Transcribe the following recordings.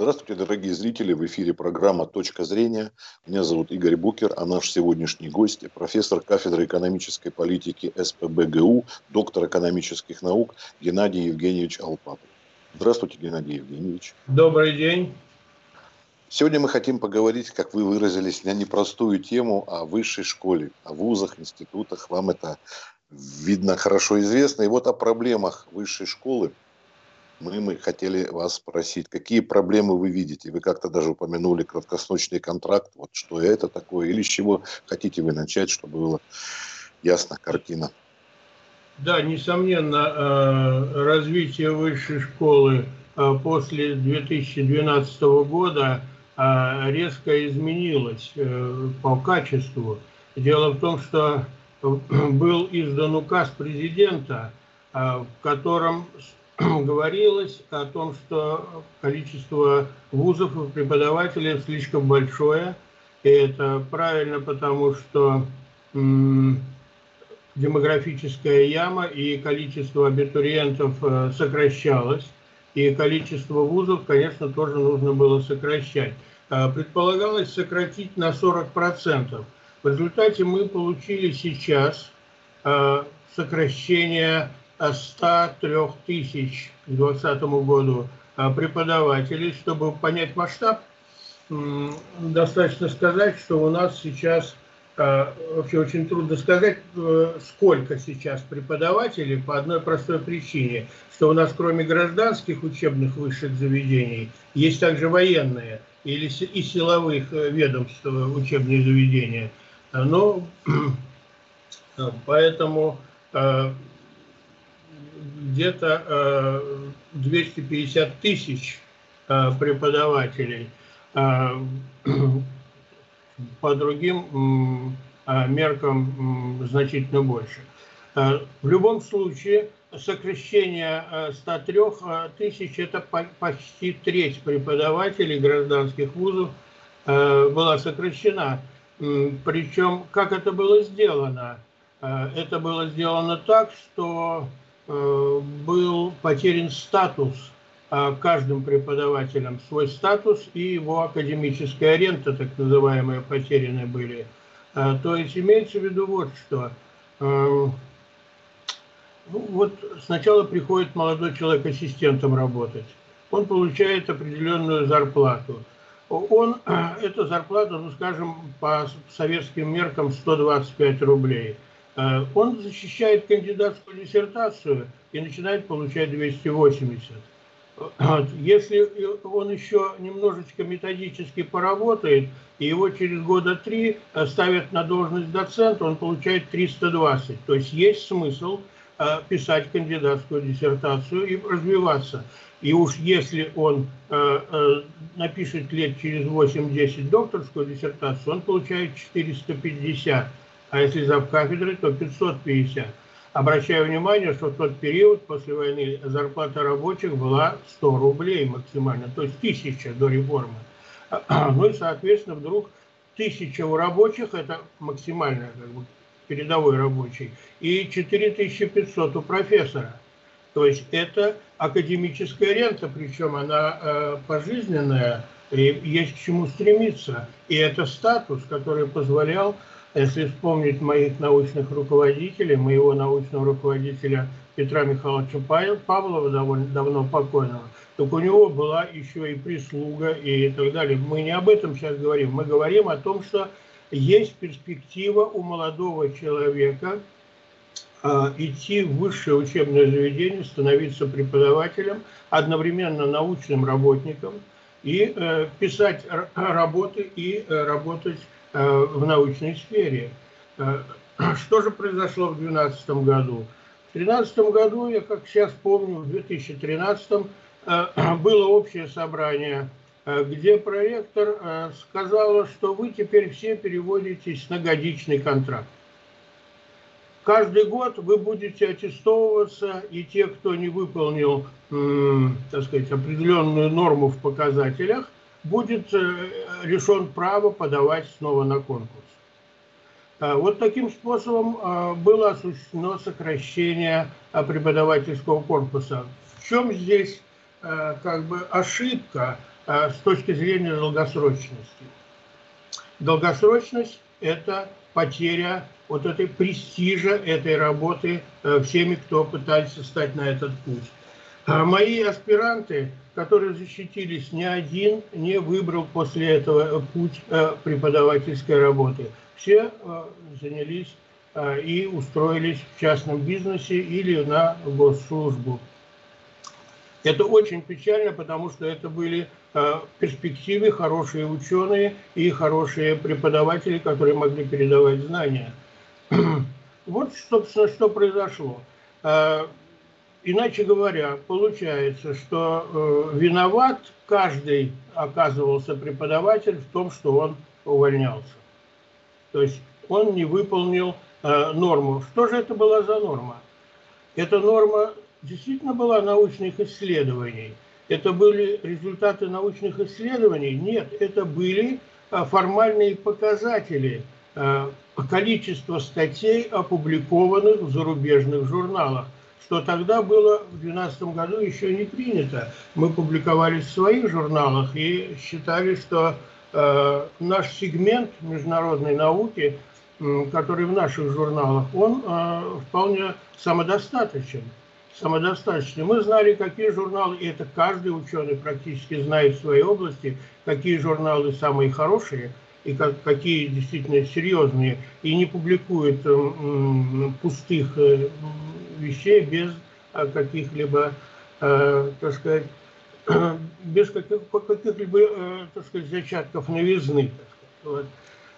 Здравствуйте, дорогие зрители! В эфире программа «Точка зрения». Меня зовут Игорь Букер, а наш сегодняшний гость – профессор кафедры экономической политики СПбГУ, доктор экономических наук Геннадий Евгеньевич Алпатов. Здравствуйте, Геннадий Евгеньевич. Добрый день. Сегодня мы хотим поговорить, как вы выразились, на непростую тему о высшей школе, о вузах, институтах. Вам это, видно, хорошо известно. И вот о проблемах высшей школы мы хотели вас спросить, какие проблемы вы видите? Вы как-то даже упомянули краткосрочный контракт. Вот что это такое? Или с чего хотите вы начать, чтобы была ясна картина? Да, несомненно, развитие высшей школы после 2012 года резко изменилось по качеству. Дело в том, что был издан указ президента, в котором говорилось о том, что количество вузов и преподавателей слишком большое. И это правильно, потому что демографическая яма и количество абитуриентов сокращалось. И количество вузов, конечно, тоже нужно было сокращать. Предполагалось сократить на 40%. В результате мы получили сейчас сокращение 103 тысяч к 2020 году преподавателей. Чтобы понять масштаб, достаточно сказать, что у нас сейчас, вообще очень трудно сказать, сколько сейчас преподавателей, по одной простой причине, что у нас кроме гражданских учебных высших заведений есть также военные и силовых ведомств учебные заведения. Но поэтому где-то 250 тысяч преподавателей, по другим меркам значительно больше. В любом случае, сокращение 103 тысяч – это почти треть преподавателей гражданских вузов была сокращена. Причем, как это было сделано? Это было сделано так, что был потерян статус каждым преподавателем, свой статус и его академическая рента, так называемые, потеряны были. То есть имеется в виду вот что. Вот сначала приходит молодой человек ассистентом работать. Он получает определенную зарплату. Эта зарплата, ну скажем, по советским меркам 125 рублей. Он защищает кандидатскую диссертацию и начинает получать 280. Если он еще немножечко методически поработает, и его через года 3 ставят на должность доцента, он получает 320. То есть есть смысл писать кандидатскую диссертацию и развиваться. И уж если он напишет лет через 8-10 докторскую диссертацию, он получает 450. А если завкафедры, то 550. Обращаю внимание, что в тот период после войны зарплата рабочих была 100 рублей максимально, то есть 1000 до реформы. Ну и, соответственно, вдруг 1000 у рабочих, это максимально как бы передовой рабочий, и 4500 у профессора. То есть это академическая рента, причем она пожизненная, и есть к чему стремиться. И это статус, который позволял, если вспомнить моих научных руководителей, моего научного руководителя Петра Михайловича Павлова, довольно давно покойного, так у него была еще и прислуга и так далее. Мы не об этом сейчас говорим, мы говорим о том, что есть перспектива у молодого человека идти в высшее учебное заведение, становиться преподавателем, одновременно научным работником и писать работы и работать в научной сфере. Что же произошло в 2012 году? В 2013 году, я как сейчас помню, в 2013 было общее собрание, где проректор сказала, что вы теперь все переводитесь на годичный контракт. Каждый год вы будете аттестовываться, и те, кто не выполнил, так сказать, определенную норму в показателях, будет лишен права подавать снова на конкурс. Вот таким способом было осуществлено сокращение преподавательского корпуса. В чем здесь как бы ошибка? с точки зрения долгосрочности. Долгосрочность – это потеря вот этой престижа этой работы всеми, кто пытается стать на этот путь. Мои аспиранты, которые защитились, ни один не выбрал после этого путь преподавательской работы. Все занялись и устроились в частном бизнесе или на госслужбу. Это очень печально, потому что это были перспективы, хорошие ученые и хорошие преподаватели, которые могли передавать знания. Вот, собственно, что произошло. Иначе говоря, получается, что виноват каждый оказывался преподаватель в том, что он увольнялся. То есть он не выполнил норму. Что же это была за норма? Эта норма действительно была научных исследований. Это были результаты научных исследований? Нет, это были формальные показатели количества статей, опубликованных в зарубежных журналах, что тогда было в 2012 году еще не принято. Мы публиковались в своих журналах и считали, что наш сегмент международной науки, который в наших журналах, он вполне самодостаточен. Мы знали, какие журналы, и это каждый ученый практически знает в своей области, какие журналы самые хорошие и какие действительно серьезные, и не публикуют пустых вещей без каких-либо, так сказать, без каких-либо, так сказать, зачатков новизны. Вот.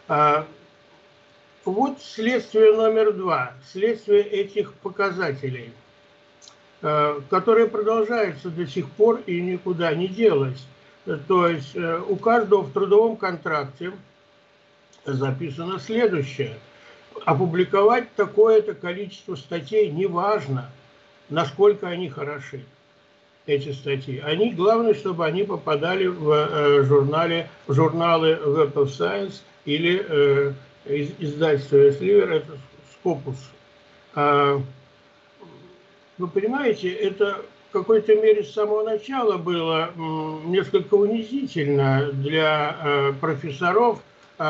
Вот следствие номер 2, следствие этих показателей, которые продолжаются до сих пор и никуда не делось. То есть у каждого в трудовом контракте записано следующее. Опубликовать такое-то количество статей, неважно, насколько они хороши, эти статьи. Главное, чтобы они попадали в журналы Web of Science или издательство Elsevier, это Scopus. Вы понимаете, это в какой-то мере с самого начала было несколько унизительно для профессоров,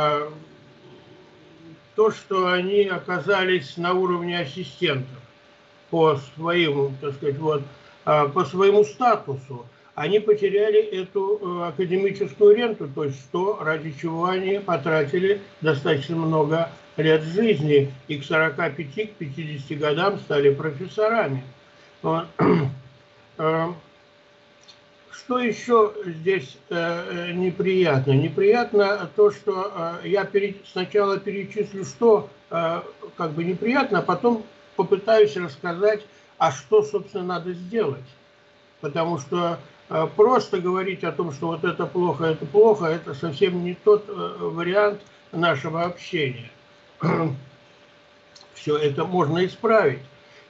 то, что они оказались на уровне ассистентов по своему, так сказать, по своему статусу. Они потеряли эту академическую ренту, то есть то, ради чего они потратили достаточно много лет жизни и к 45, к 50 годам стали профессорами. Что еще здесь неприятно? Неприятно то, что я сначала перечислю, что как бы неприятно, а потом попытаюсь рассказать, а что, собственно, надо сделать. Потому что просто говорить о том, что вот это плохо, это совсем не тот вариант нашего общения. Все это можно исправить.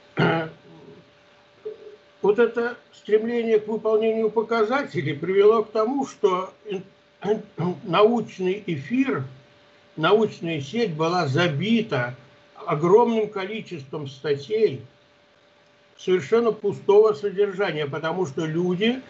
Вот это стремление к выполнению показателей привело к тому, что научный эфир, научная сеть была забита огромным количеством статей совершенно пустого содержания, потому что люди,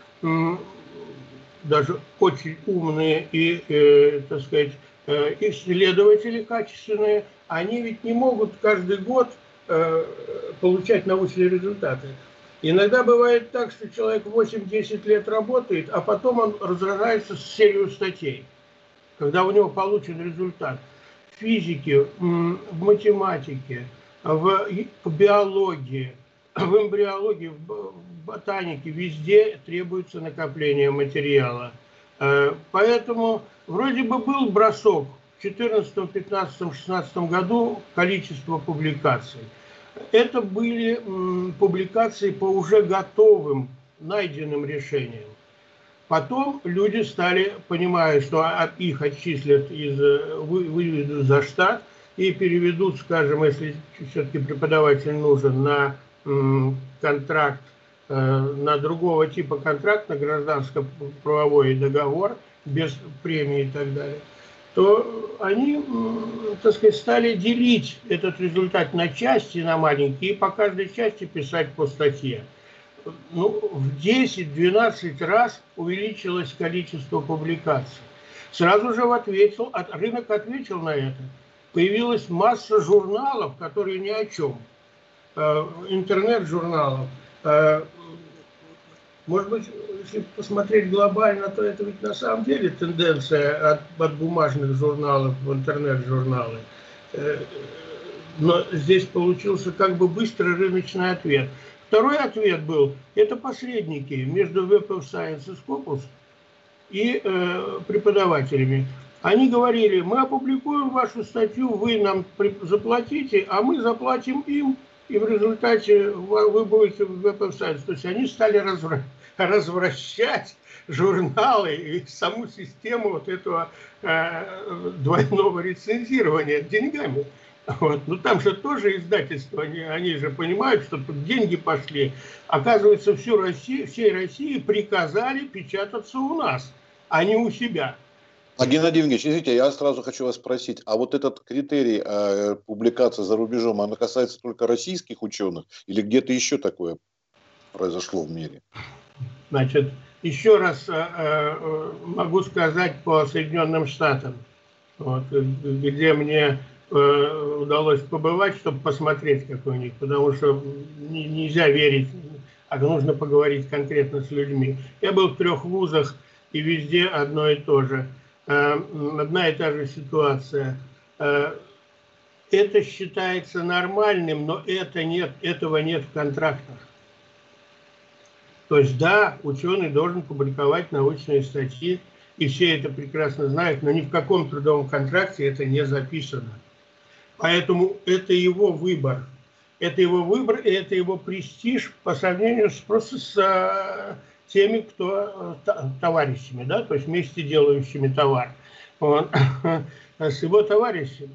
даже очень умные и, так сказать, исследователи качественные, они ведь не могут каждый год получать научные результаты. Иногда бывает так, что человек 8-10 лет работает, а потом он разражается с серию статей, когда у него получен результат. В физике, в математике, в биологии, в эмбриологии, в ботанике, везде требуется накопление материала. Поэтому вроде бы был бросок в 2014, 2015, 2016 году количество публикаций. Это были публикации по уже готовым, найденным решениям. Потом люди стали, понимая, что их отчислят, выведут за штат и переведут, скажем, если все-таки преподаватель нужен, на контракт, на другого типа контракт, на гражданско-правовой договор, без премии и так далее, то они, так сказать, стали делить этот результат на части, на маленькие, и по каждой части писать по статье. в 10-12 раз увеличилось количество публикаций. Сразу же рынок ответил на это. Появилась масса журналов, которые ни о чем. Интернет-журналов. Может быть, если посмотреть глобально, то это ведь на самом деле тенденция от бумажных журналов в интернет-журналы. Но здесь получился как бы быстрый рыночный ответ. Второй ответ был, это посредники между Web of Science и Scopus и преподавателями. Они говорили, мы опубликуем вашу статью, вы нам заплатите, а мы заплатим им, и в результате вы будете в Web of Science. То есть они стали развращать журналы и саму систему вот этого двойного рецензирования деньгами. Вот. Но там же тоже издательства, они же понимают, что тут деньги пошли. Оказывается, всей России приказали печататься у нас, а не у себя. А Геннадий Евгеньевич, извините, я сразу хочу вас спросить, а вот этот критерий публикации за рубежом, он касается только российских ученых или где-то еще такое произошло в мире? Значит, еще раз могу сказать по Соединенным Штатам, вот, где мне удалось побывать, чтобы посмотреть, как у них, потому что нельзя верить, а нужно поговорить конкретно с людьми. Я был в 3 вузах, и везде одно и то же. Одна и та же ситуация. Это считается нормальным, но этого нет в контрактах. То есть, да, ученый должен публиковать научные статьи, и все это прекрасно знают, но ни в каком трудовом контракте это не записано. Поэтому это его выбор. Это его выбор, и это его престиж по сравнению просто с теми, кто товарищами, да, то есть вместе делающими товар. Вот. С его товарищами.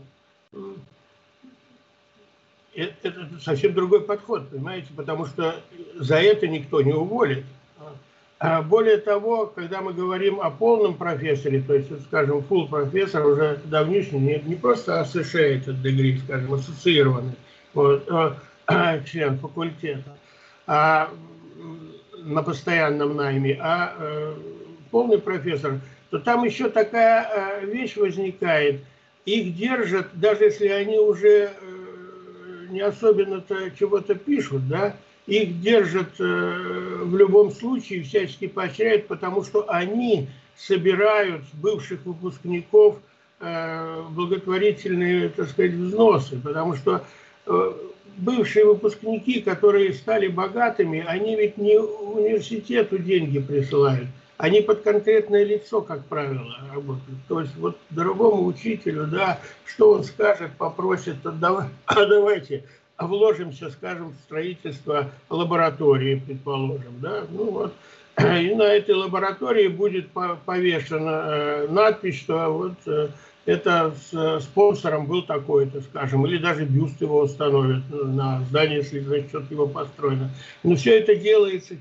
Это совсем другой подход, понимаете, потому что за это никто не уволит. Более того, когда мы говорим о полном профессоре, то есть, скажем, full профессор, уже давнишний, не просто associated degree, скажем, ассоциированный вот, член факультета, а на постоянном найме, а полный профессор, то там еще такая вещь возникает. Их держат, даже если они уже не особенно-то чего-то пишут, да, их держат в любом случае, всячески поощряют, потому что они собирают с бывших выпускников благотворительные, так сказать, взносы, потому что бывшие выпускники, которые стали богатыми, они ведь не университету деньги присылают, они под конкретное лицо, как правило, работают. То есть вот дорогому учителю, да, что он скажет, попросит, давайте вложимся, скажем, в строительство лаборатории, предположим, да, ну вот, и на этой лаборатории будет повешена надпись, что вот это с спонсором был такой-то, скажем, или даже бюст его установят на здании, если за счет его построено. Но все это делается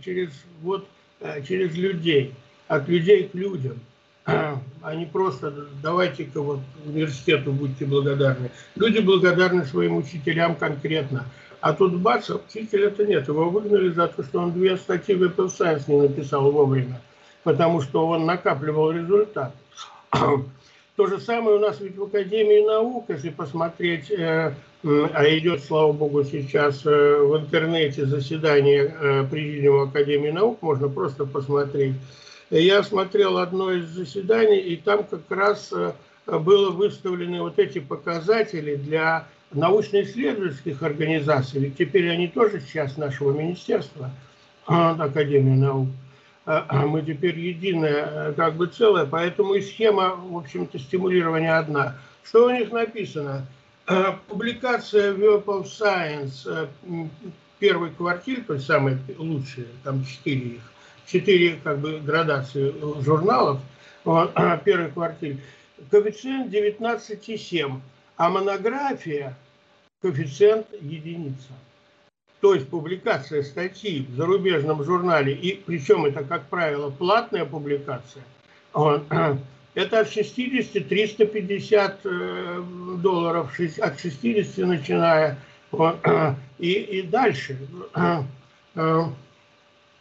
через людей, от людей к людям. А не просто давайте-ка вот университету будьте благодарны. Люди благодарны своим учителям конкретно. А тут бац, учителя-то нет. Его выгнали за то, что он 2 статьи в Web of Science не написал вовремя, потому что он накапливал результат. То же самое у нас ведь в Академии наук, если посмотреть, а идет, слава богу, сейчас в интернете заседание Президиума Академии наук, можно просто посмотреть. Я смотрел одно из заседаний, и там как раз было выставлены вот эти показатели для научно-исследовательских организаций. Ведь теперь они тоже часть нашего министерства, Академии наук. Мы теперь единое как бы целое, поэтому и схема, в общем-то, стимулирования одна. Что у них написано? Публикация в Web of Science, первый квартир, то есть самые лучшие, там 4 их, 4 как бы градации журналов, первый квартир, коэффициент 19,7, а монография коэффициент единица. То есть публикация статьи в зарубежном журнале, и причем это, как правило, платная публикация, это от 60 350 долларов, от 60 начиная, и дальше.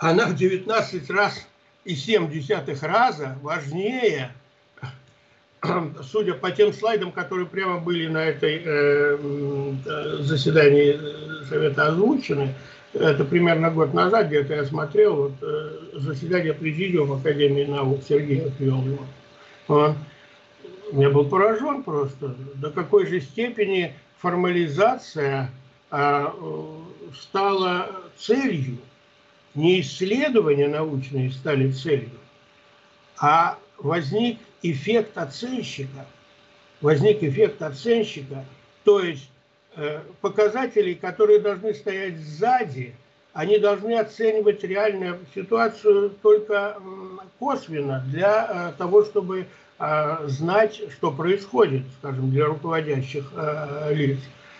она в 19 раз и 0,7 раза важнее, судя по тем слайдам, которые прямо были на этой заседании Совета озвучены, это примерно год назад, где-то я смотрел, вот, заседание Президиума Академии наук, Сергей вел его. Я был поражен просто, до какой же степени формализация стала целью. Не исследования научные стали целью, а возник эффект оценщика, то есть показатели, которые должны стоять сзади, они должны оценивать реальную ситуацию только косвенно для того, чтобы знать, что происходит, скажем, для руководящих лиц.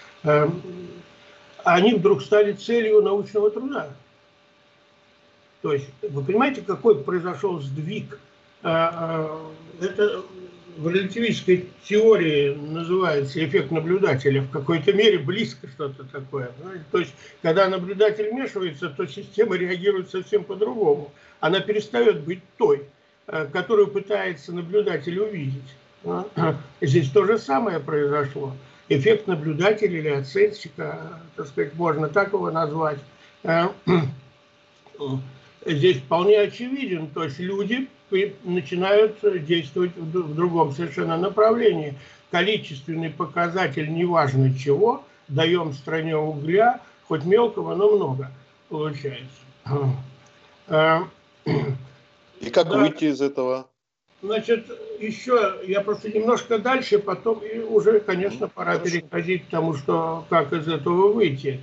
Они вдруг стали целью научного труда. То есть, вы понимаете, какой произошел сдвиг? Это в релятивистской теории называется эффект наблюдателя, в какой-то мере близко что-то такое. То есть, когда наблюдатель вмешивается, то система реагирует совсем по-другому. Она перестает быть той, которую пытается наблюдатель увидеть. Здесь то же самое произошло. Эффект наблюдателя или оценщика, так сказать, можно так его назвать, здесь вполне очевиден. То есть люди начинают действовать в другом совершенно направлении. Количественный показатель неважно чего, даем стране угля, хоть мелкого, но много получается. И как выйти из этого? Значит, еще я просто немножко дальше, потом и уже, конечно, пора переходить к тому, что как из этого выйти.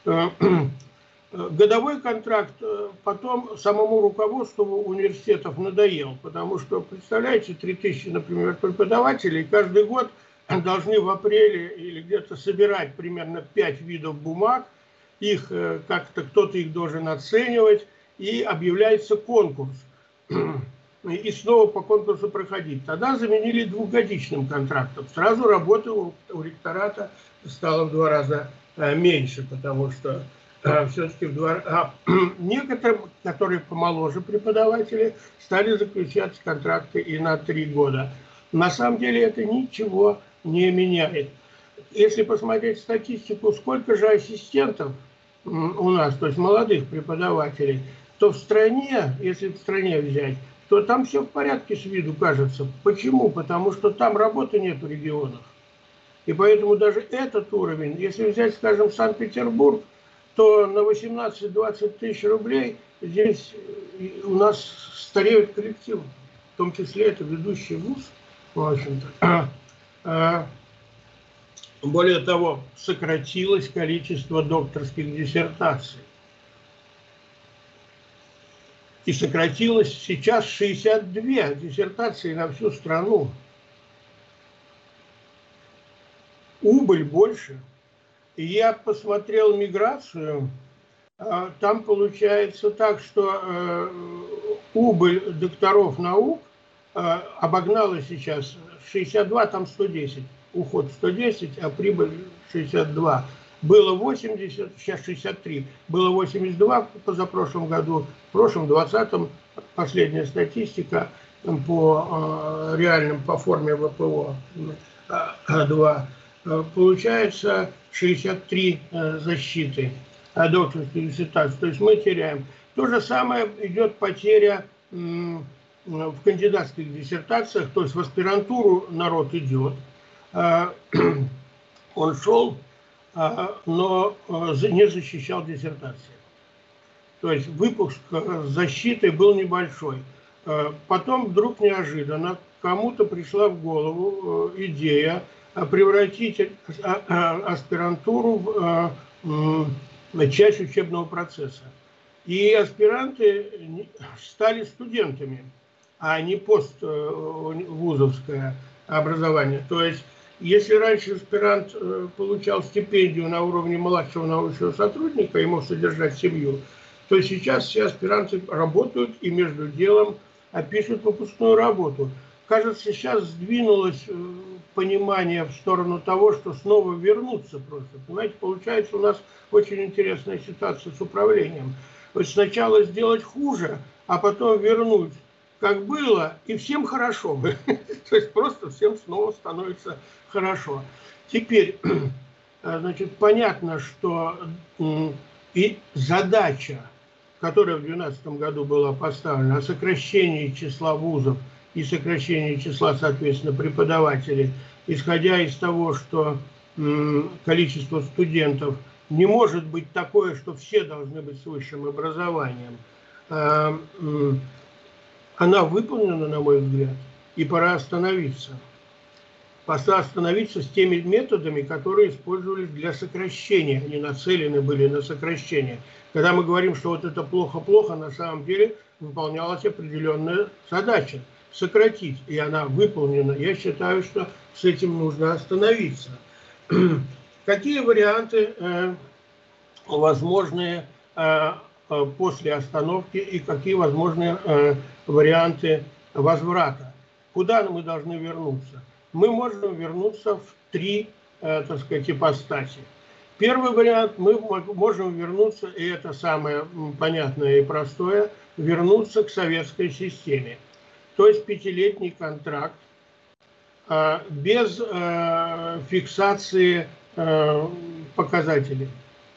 Годовой контракт потом самому руководству университетов надоел, потому что, представляете, 3000, например, преподавателей каждый год должны в апреле или где-то собирать примерно 5 видов бумаг, их как-то кто-то их должен оценивать, и объявляется конкурс. И снова по конкурсу проходить. Тогда заменили двухгодичным контрактом. Сразу работы у ректората стало в 2 раза меньше, потому что все-таки некоторым, которые помоложе преподаватели, стали заключать контракты и на 3 года. На самом деле это ничего не меняет. Если посмотреть статистику, сколько же ассистентов у нас, то есть молодых преподавателей, то в стране, если в стране взять, то там все в порядке с виду кажется. Почему? Потому что там работы нет в регионах. И поэтому даже этот уровень, если взять, скажем, Санкт-Петербург, то на 18-20 тысяч рублей здесь у нас стареют коллективы. В том числе это ведущий вуз, в общем-то. Более того, сократилось количество докторских диссертаций. И сократилось сейчас 62 диссертации на всю страну. Убыль больше. И я посмотрел миграцию, там получается так, что убыль докторов наук обогнала сейчас 62, там 110. Уход 110, а прибыль 62. Было 80, сейчас 63. Было 82 в позапрошлом году, в прошлом 20-м последняя статистика по реальным, по форме ВПО 2. Получается 63 защиты докторской диссертации. То есть мы теряем. То же самое идет потеря в кандидатских диссертациях, то есть в аспирантуру народ идет. Он шел, но не защищал диссертации. То есть выпуск защиты был небольшой. Потом вдруг неожиданно кому-то пришла в голову идея превратить аспирантуру в часть учебного процесса. И аспиранты стали студентами, а не поствузовское образование. То есть, если раньше аспирант получал стипендию на уровне младшего научного сотрудника и мог содержать семью, то сейчас все аспиранты работают и между делом пишут выпускную работу. Кажется, сейчас сдвинулось понимание в сторону того, что снова вернуться просто. Понимаете, получается у нас очень интересная ситуация с управлением. Вот сначала сделать хуже, а потом вернуть, как было, и всем хорошо бы. То есть просто всем снова становится хорошо. Теперь, значит, понятно, что и задача, которая в 2012 году была поставлена, о сокращении числа вузов и сокращении числа, соответственно, преподавателей, исходя из того, что количество студентов не может быть такое, что все должны быть с высшим образованием, она выполнена, на мой взгляд, и пора остановиться. Пора остановиться с теми методами, которые использовались для сокращения, они нацелены были на сокращение. Когда мы говорим, что вот это плохо-плохо, на самом деле выполнялась определенная задача – сократить, и она выполнена. Я считаю, что с этим нужно остановиться. Какие варианты возможные после остановки и какие возможные варианты возврата? Куда мы должны вернуться? Мы можем вернуться в три, так сказать, ипостаси. Первый вариант, мы можем вернуться, и это самое понятное и простое, вернуться к советской системе. То есть 5-летний контракт без фиксации показателей.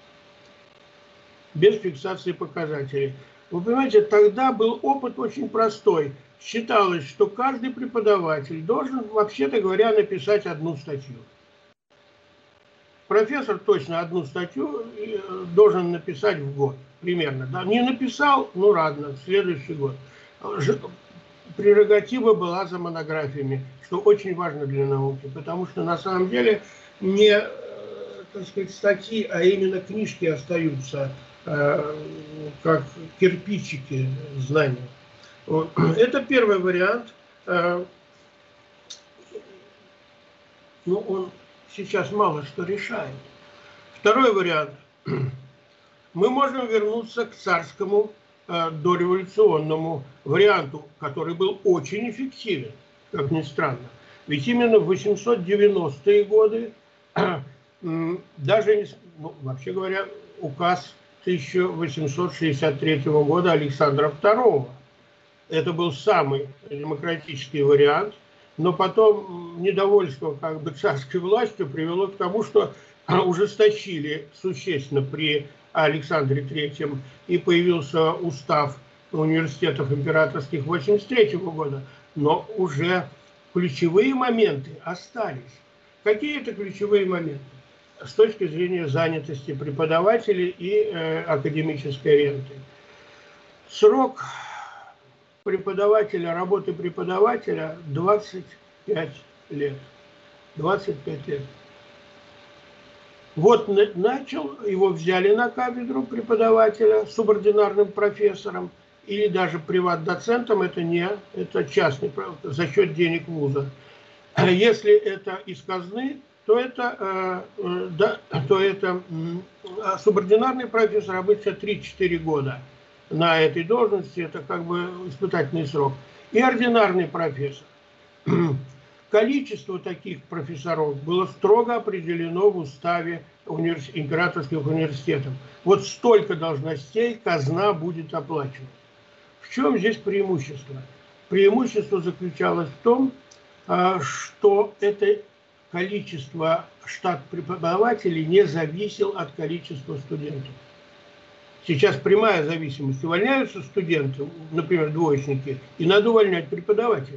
Без фиксации показателей. Вы понимаете, тогда был опыт очень простой. Считалось, что каждый преподаватель должен, вообще-то говоря, написать одну статью. Профессор точно одну статью должен написать в год, примерно. Да? Не написал, ну ладно, в следующий год. Прерогатива была за монографиями, что очень важно для науки, потому что на самом деле не, так сказать, статьи, а именно книжки остаются как кирпичики знаний. Это первый вариант. Ну, он сейчас мало что решает. Второй вариант. Мы можем вернуться к царскому дореволюционному варианту, который был очень эффективен, как ни странно. Ведь именно в 890-е годы, даже, ну, вообще говоря, указ 1863 года Александра II, это был самый демократический вариант, но потом недовольство как бы царской властью привело к тому, что ужесточили существенно при Александре III, и появился устав университетов императорских 1983 года, но уже ключевые моменты остались. Какие это ключевые моменты? С точки зрения занятости преподавателей и академической ренты. Срок преподавателя, работы преподавателя 25 лет. 25 лет. Вот начал, его взяли на кафедру преподавателя субординарным профессором или даже приват-доцентом, это частный, за счет денег вуза. Если это из казны, то это субординарный профессор обычно 3-4 года на этой должности, это как бы испытательный срок. И ординарный профессор. Количество таких профессоров было строго определено в уставе императорских университетов. Вот столько должностей казна будет оплачивать. В чем здесь преимущество? Преимущество заключалось в том, что это количество штат преподавателей не зависело от количества студентов. Сейчас прямая зависимость. Увольняются студенты, например, двоечники, и надо увольнять преподавателей.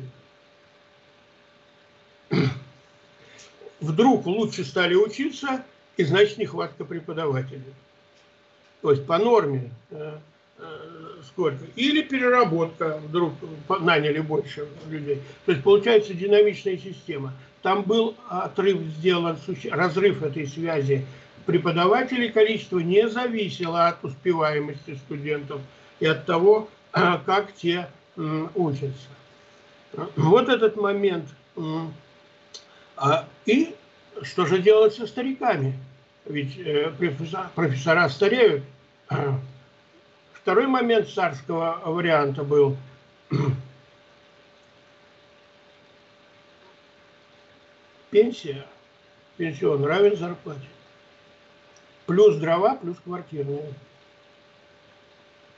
Вдруг лучше стали учиться, и значит нехватка преподавателей. То есть по норме сколько. Или переработка, вдруг наняли больше людей. То есть получается динамичная система. Там был отрыв сделан, разрыв этой связи преподавателей, количество не зависело от успеваемости студентов и от того, как те учатся. Вот этот момент. И что же делать со стариками? Ведь профессора стареют. Второй момент царского варианта был пенсия, пенсион равен зарплате. Плюс дрова, плюс квартирные.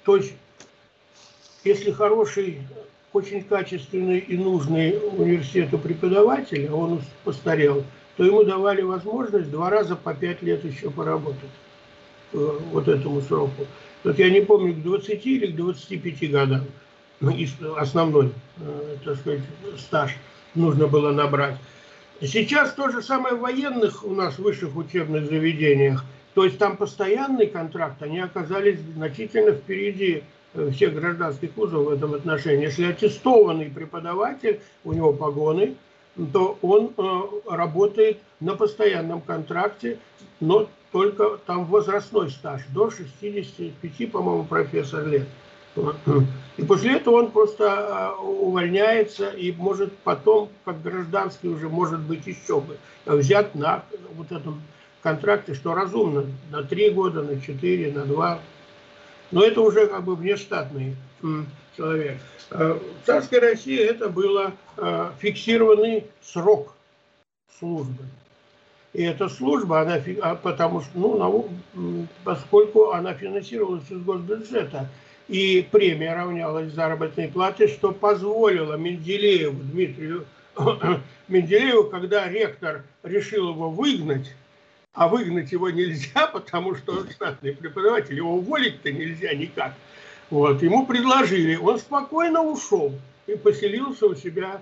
То есть, если хороший, очень качественный и нужный университету преподаватель, а он постарел, то ему давали возможность 2 раза по 5 лет еще поработать вот этому сроку. Вот я не помню, к 20 или к 25 годам основной, так сказать, стаж нужно было набрать. Сейчас то же самое в военных у нас высших учебных заведениях. То есть там постоянный контракт, они оказались значительно впереди всех гражданских вузов в этом отношении. Если аттестованный преподаватель, у него погоны, то он работает на постоянном контракте, но только там возрастной стаж, до 65, по-моему, профессор лет. И после этого он просто увольняется и может потом, как гражданский уже, может быть, еще бы взят на вот этом контракте, что разумно, на 3 года, на 4, на 2. Но это уже как бы внештатный человек. В царской России это было фиксированный срок службы. И эта служба, она, потому что, поскольку она финансировалась из госбюджета, и премия равнялась заработной плате, что позволило Менделееву, Дмитрию Менделееву, когда ректор решил его выгнать, а выгнать его нельзя, потому что он штатный преподаватель, его уволить-то нельзя никак. Вот, ему предложили, он спокойно ушел и поселился у себя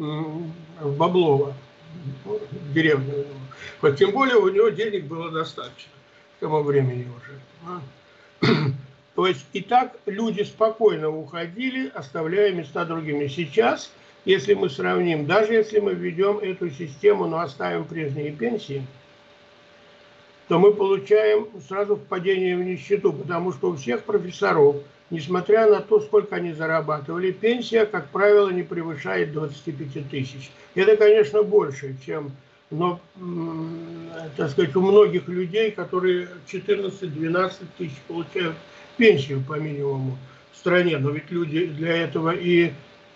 в Баблово, в деревне. Вот, тем более у него денег было достаточно к тому времени уже. То есть и так люди спокойно уходили, оставляя места другими. Сейчас, если мы сравним, даже если мы введем эту систему, но оставим прежние пенсии, то мы получаем сразу впадение в нищету, потому что у всех профессоров, несмотря на то, сколько они зарабатывали, пенсия, как правило, не превышает 25 тысяч. Это, конечно, больше, чем, но, так сказать, у многих людей, которые 14-12 тысяч получают пенсию по минимуму в стране. Но ведь люди для этого и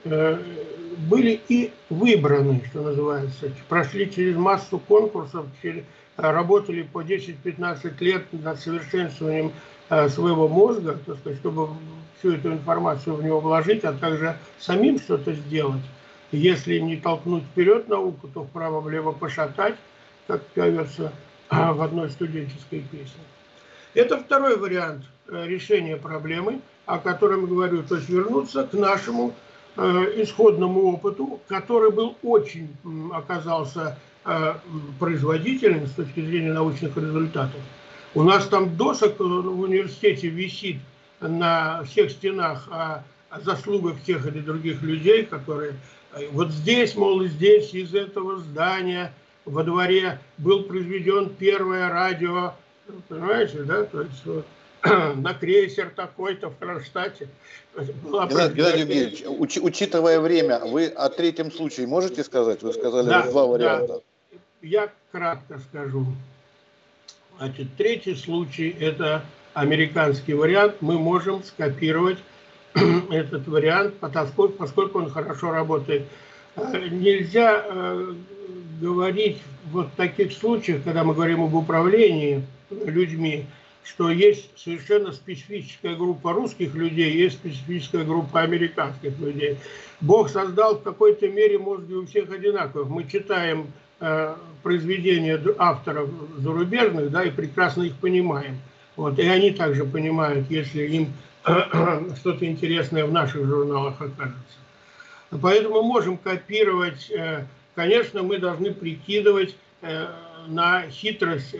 были и выбраны, что называется, прошли через массу конкурсов, работали по 10-15 лет над совершенствованием своего мозга, так сказать, чтобы всю эту информацию в него вложить, а также самим что-то сделать. Если не толкнуть вперед науку, то вправо-влево пошатать, как поется в одной студенческой песне. Это второй вариант решения проблемы, о котором я говорю, то есть вернуться к нашему исходному опыту, который был очень, оказался производительным с точки зрения научных результатов. У нас там досок в университете висит на всех стенах о заслугах тех или других людей, которые вот здесь, мол, здесь из этого здания во дворе был произведен первое радио, понимаете, да, то есть вот, на крейсер такой-то в Кронштадте. Геннадий Евгеньевич, учитывая время, вы о третьем случае можете сказать? Вы сказали, да, вот 2 варианта. Да. Я кратко скажу. Значит, третий случай – это американский вариант. Мы можем скопировать этот вариант, поскольку он хорошо работает. Нельзя говорить вот в таких случаях, когда мы говорим об управлении людьми, что есть совершенно специфическая группа русских людей, есть специфическая группа американских людей. Бог создал в какой-то мере мозги у всех одинаковых. Мы читаем произведения авторов зарубежных, да, и прекрасно их понимаем. Вот, и они также понимают, если им что-то интересное в наших журналах окажется. Поэтому мы можем копировать. Конечно, мы должны прикидывать на хитрость,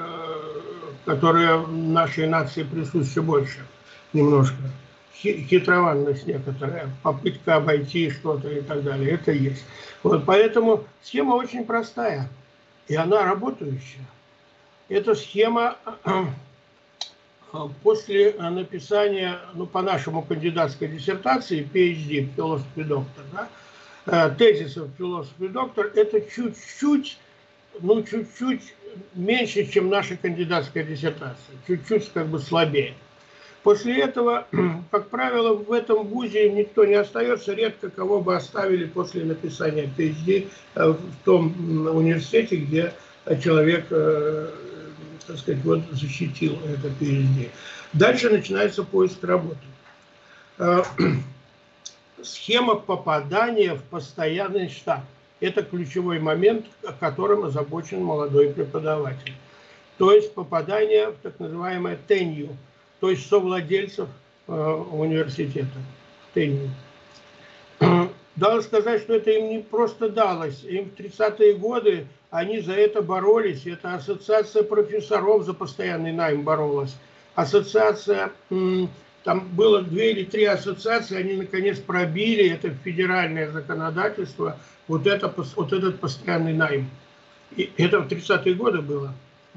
которая нашей нации присуща больше, немножко. Хитрованность некоторая, попытка обойти что-то и так далее, это есть. Вот поэтому схема очень простая, и она работающая. Эта схема после написания, ну, по-нашему, кандидатской диссертации, PhD, philosophy doctor, да, тезисов philosophy doctor, это чуть-чуть, ну, чуть-чуть меньше, чем наша кандидатская диссертация, чуть-чуть как бы слабее. После этого, как правило, в этом вузе никто не остается, редко кого бы оставили после написания PhD в том университете, где человек, так сказать, вот защитил это PhD. Дальше начинается поиск работы. Схема попадания в постоянный штат. Это ключевой момент, которым озабочен молодой преподаватель. То есть попадание в так называемое тенью, то есть совладельцев университета. Тенью. Надо сказать, что это им не просто далось. Им в 30-е годы они за это боролись. Это ассоциация профессоров за постоянный найм боролась. Ассоциация, там было 2 или 3 ассоциации, они наконец пробили это федеральное законодательство, вот этот постоянный найм. И это в 30-е годы было.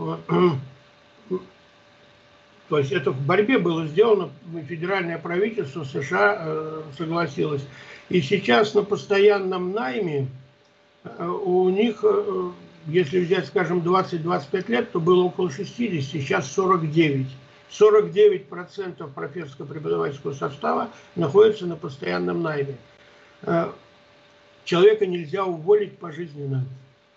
То есть это в борьбе было сделано, федеральное правительство США согласилось. И сейчас на постоянном найме у них, если взять, скажем, 20-25 лет, то было около 60, сейчас 49. 49% профессорско-преподавательского состава находится на постоянном найме. Человека нельзя уволить пожизненно.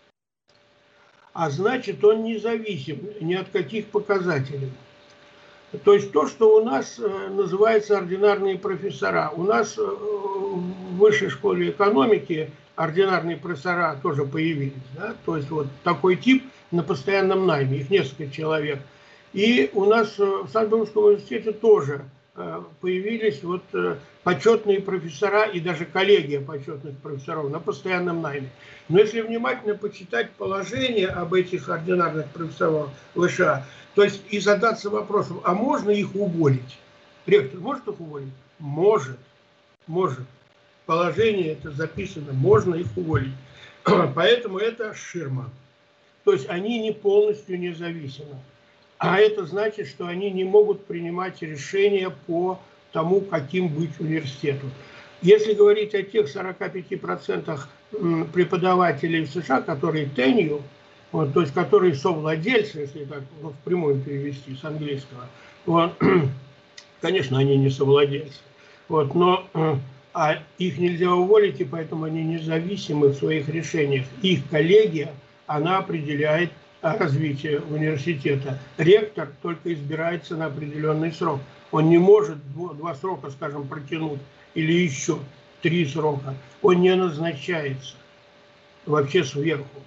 А значит, он независим ни от каких показателей. То есть то, что у нас называется ординарные профессора. У нас в высшей школе экономики ординарные профессора тоже появились. Да? То есть вот такой тип на постоянном найме, их несколько человек. И у нас в Санкт-Петербургском университете тоже появились вот почетные профессора и даже коллегия почетных профессоров на постоянном найме. Но если внимательно почитать положение об этих ординарных профессорах ВША, то есть и задаться вопросом, а можно их уволить? Ректор может их уволить? Может. Может. Положение это записано, можно их уволить. Поэтому это ширма. То есть они не полностью независимы. А это значит, что они не могут принимать решения по тому, каким быть университету. Если говорить о тех 45% преподавателей в США, которые тенью, вот, то есть которые совладельцы, если так впрямую перевести с английского, вот, конечно, они не совладельцы, вот, но их нельзя уволить, и поэтому они независимы в своих решениях. Их коллегия, она определяет развитие университета. Ректор только избирается на определенный срок. Он не может 2 срока, скажем, протянуть или еще 3 срока. Он не назначается вообще сверху.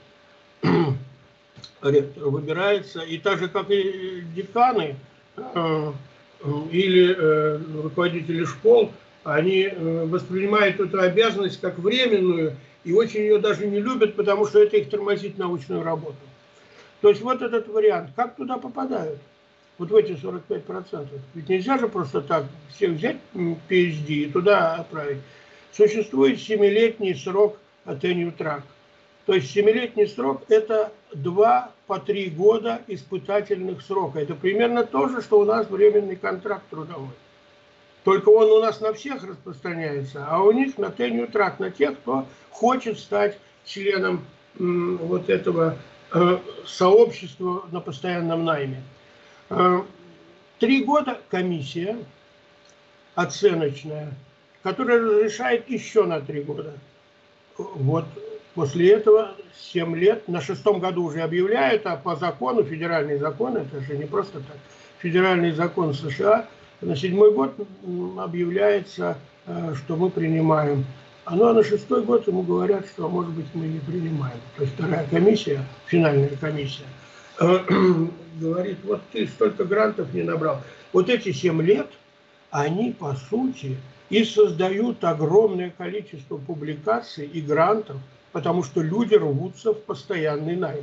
Ректор выбирается, и так же, как и деканы или руководители школ, они воспринимают эту обязанность как временную и очень ее даже не любят, потому что это их тормозит научную работу. То есть вот этот вариант. Как туда попадают? Вот в эти 45%. Ведь нельзя же просто так всех взять PhD и туда отправить. Существует 7-летний срок tenure-track. То есть 7-летний срок – это 2 по 3 года испытательных срока. Это примерно то же, что у нас временный контракт трудовой. Только он у нас на всех распространяется, а у них на tenure-track, на тех, кто хочет стать членом вот этого сообщества на постоянном найме. 3 года комиссия оценочная, которая разрешает еще на 3 года. Вот после этого 7 лет, на 6-м году уже объявляют, а по закону, федеральный закон, это же не просто так, федеральный закон США, на 7-й год объявляется, что мы принимаем. А на 6-й год ему говорят, что, может быть, мы не принимаем. То есть 2-я комиссия, финальная комиссия, говорит, вот ты столько грантов не набрал. Вот эти 7 лет, они, по сути, и создают огромное количество публикаций и грантов, потому что люди рвутся в постоянный найм.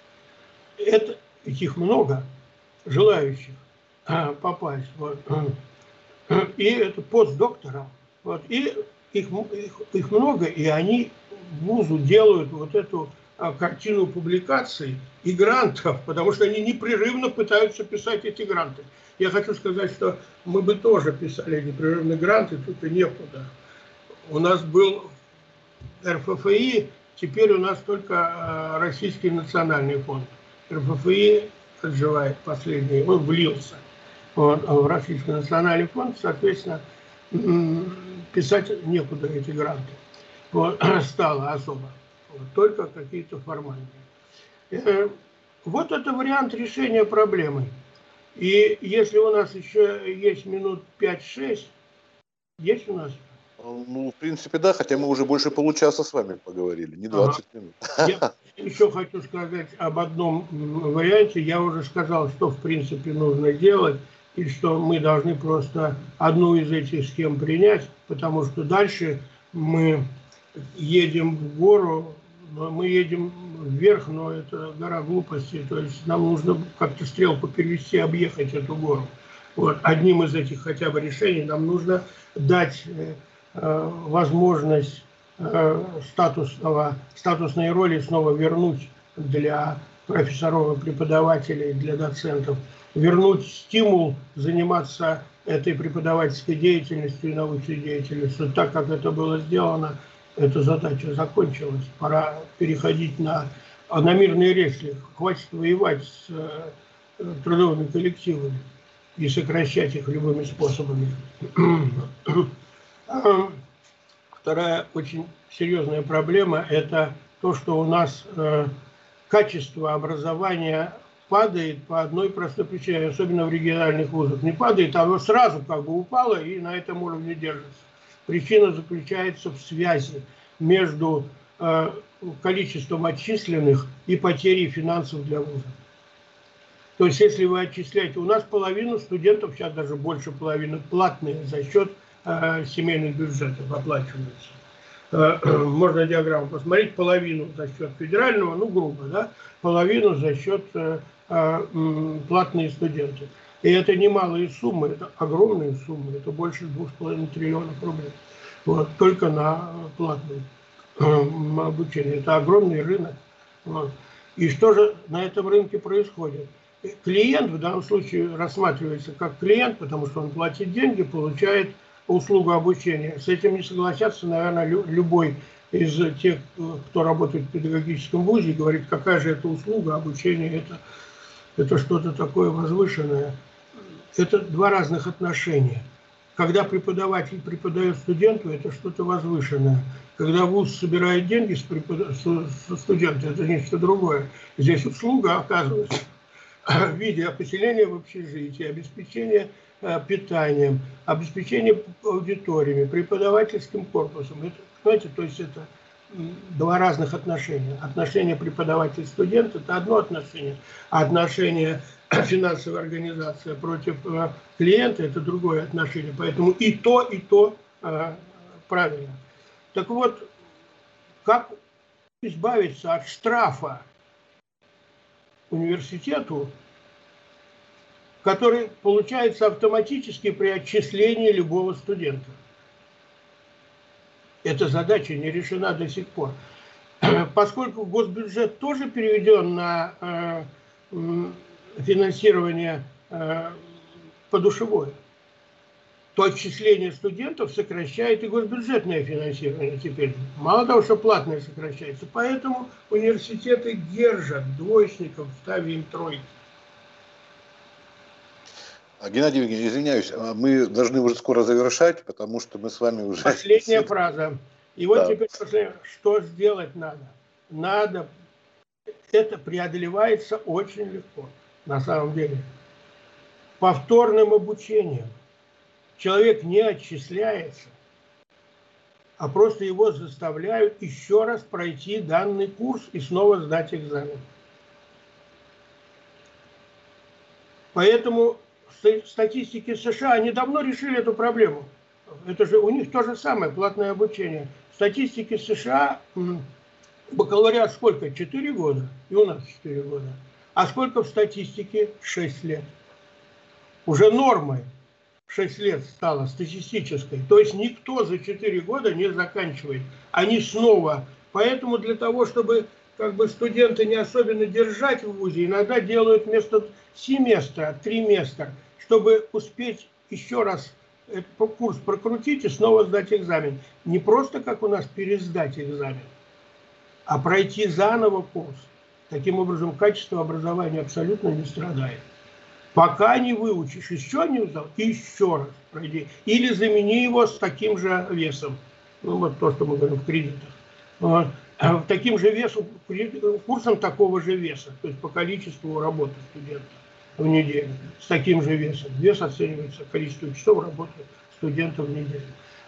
Их много, желающих попасть. Вот. И это постдокторов. Вот. И их много, и они вузу делают вот эту картину публикаций и грантов, потому что они непрерывно пытаются писать эти гранты. Я хочу сказать, что мы бы тоже писали непрерывные гранты, тут и некуда. У нас был РФФИ, теперь у нас только Российский национальный фонд. РФФИ отживает последний, он влился в Российский национальный фонд, соответственно, писать некуда эти гранты. Вот, стало особо. Вот, только какие-то формальные. Вот это вариант решения проблемы. И если у нас еще есть минут 5-6, Есть у нас? Ну, в принципе, да, хотя мы уже больше получаса с вами поговорили, не 20 минут. Я еще хочу сказать об одном варианте. Я уже сказал, что в принципе нужно делать, и что мы должны просто одну из этих схем принять, потому что дальше мы едем в гору, мы едем вверх, но это гора глупости, то есть нам нужно как-то стрелку перевести, объехать эту гору. Вот. Одним из этих хотя бы решений нам нужно дать возможность статусной роли снова вернуть для профессоров и преподавателей, для доцентов, вернуть стимул заниматься этой преподавательской деятельностью и научной деятельностью. Так как это было сделано, эта задача закончилась. Пора переходить на мирные рельсы. Хватит воевать с трудовыми коллективами и сокращать их любыми способами. Вторая очень серьезная проблема – это то, что у нас качество образования падает по одной простой причине, особенно в региональных вузах. Не падает, а сразу как бы упало и на этом уровне держится. Причина заключается в связи между количеством отчисленных и потерей финансов для вуза. То есть, если вы отчисляете, у нас половину студентов, сейчас даже больше половины, платные за счет семейных бюджетов оплачиваются. Можно диаграмму посмотреть, половину за счет федерального, ну грубо, да, половину за счет платные студенты. И это немалые суммы, это огромные суммы, это больше 2,5 триллионов рублей. Вот, только на платное обучение. Это огромный рынок. Вот. И что же на этом рынке происходит? Клиент в данном случае рассматривается как клиент, потому что он платит деньги, получает услугу обучения. С этим не согласятся, наверное, любой из тех, кто работает в педагогическом вузе, и говорит, какая же это услуга обучения, это что-то такое возвышенное. Это два разных отношения. Когда преподаватель преподает студенту, это что-то возвышенное. Когда вуз собирает деньги со студента, это нечто другое. Здесь услуга оказывается в виде поселения в общежитии, обеспечения питанием, обеспечение аудиториями, преподавательским корпусом. Это, понимаете, то есть это два разных отношения. Отношение преподаватель-студент – это одно отношение, а отношение финансовая организация против клиента – это другое отношение. Поэтому и то правильно. Так вот, как избавиться от штрафа университету, который получается автоматически при отчислении любого студента? Эта задача не решена до сих пор. Поскольку госбюджет тоже переведен на финансирование подушевое, то отчисление студентов сокращает и госбюджетное финансирование теперь. Мало того, что платное сокращается. Поэтому университеты держат двоечников, ставя им тройки. Геннадий Евгеньевич, извиняюсь, мы должны уже скоро завершать, потому что мы с вами уже... Последняя фраза. И вот теперь что сделать надо? Надо, это преодолевается очень легко, на самом деле. Повторным обучением. Человек не отчисляется, а просто его заставляют еще раз пройти данный курс и снова сдать экзамен. Поэтому в статистике США они давно решили эту проблему. Это же у них то же самое, платное обучение. В статистике США бакалавриат сколько? 4 года. И у нас 4 года. А сколько в статистике? 6 лет. Уже нормой 6 лет стало статистической. То есть никто за 4 года не заканчивает. Они снова. Поэтому для того, чтобы как бы студенты не особенно держать в вузе, иногда делают вместо семестра триместр, чтобы успеть еще раз этот курс прокрутить и снова сдать экзамен. Не просто, как у нас, пересдать экзамен, а пройти заново курс. Таким образом, качество образования абсолютно не страдает. Пока не выучишь, еще не сдал, еще раз пройди. Или замени его с таким же весом. Ну, вот то, что мы говорим в кредитах. Вот. Таким же весом, курсом такого же веса, то есть по количеству работы студента в неделю, с таким же весом. Вес оценивается количеством часов работы студента в неделю.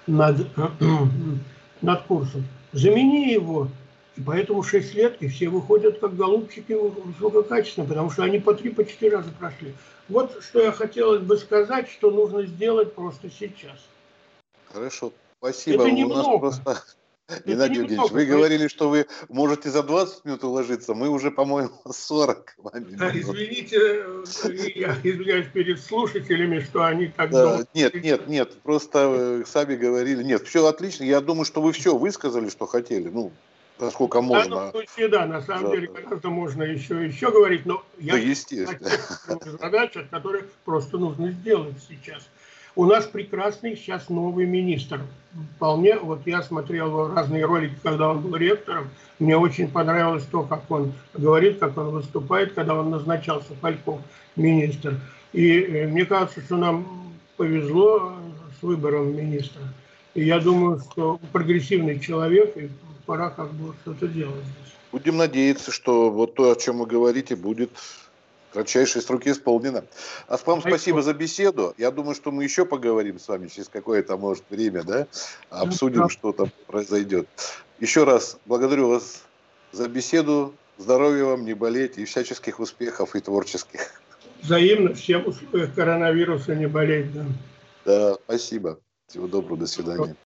над, над курсом. Замени его, и поэтому 6 лет, и все выходят как голубчики высококачественные, потому что они по 3-4 раза прошли. Вот что я хотелось бы сказать, что нужно сделать просто сейчас. Хорошо, спасибо. Это У нас немного. просто... Это Геннадий Евгеньевич, вы говорили, что вы можете за 20 минут уложиться, мы уже, по-моему, 40 вами минут. Извините, я извиняюсь перед слушателями, что они так Да, долго... нет, просто сами говорили. Нет, все отлично. Я думаю, что вы все высказали, что хотели. Ну, насколько В данном можно. случае, да, на самом деле, гораздо можно еще говорить, но я Да, естественно. о тех задачах, которые просто нужно сделать сейчас. У нас прекрасный сейчас новый министр. Вполне, вот я смотрел разные ролики, когда он был ректором, мне очень понравилось то, как он говорит, как он выступает, когда он назначался, Фальков, министр. И мне кажется, что нам повезло с выбором министра. И я думаю, что прогрессивный человек, и пора как бы что-то делать здесь. Будем надеяться, что вот то, о чем вы говорите, будет в кратчайшие сроки исполнено. А вам спасибо за беседу. Я думаю, что мы еще поговорим с вами через какое-то, может, время, да? Обсудим, что там произойдет. Еще раз благодарю вас за беседу. Здоровья вам, не болеть и всяческих успехов и творческих. Взаимно, всем в условиях коронавируса не болеть. Да. Да, спасибо. Всего доброго, до свидания.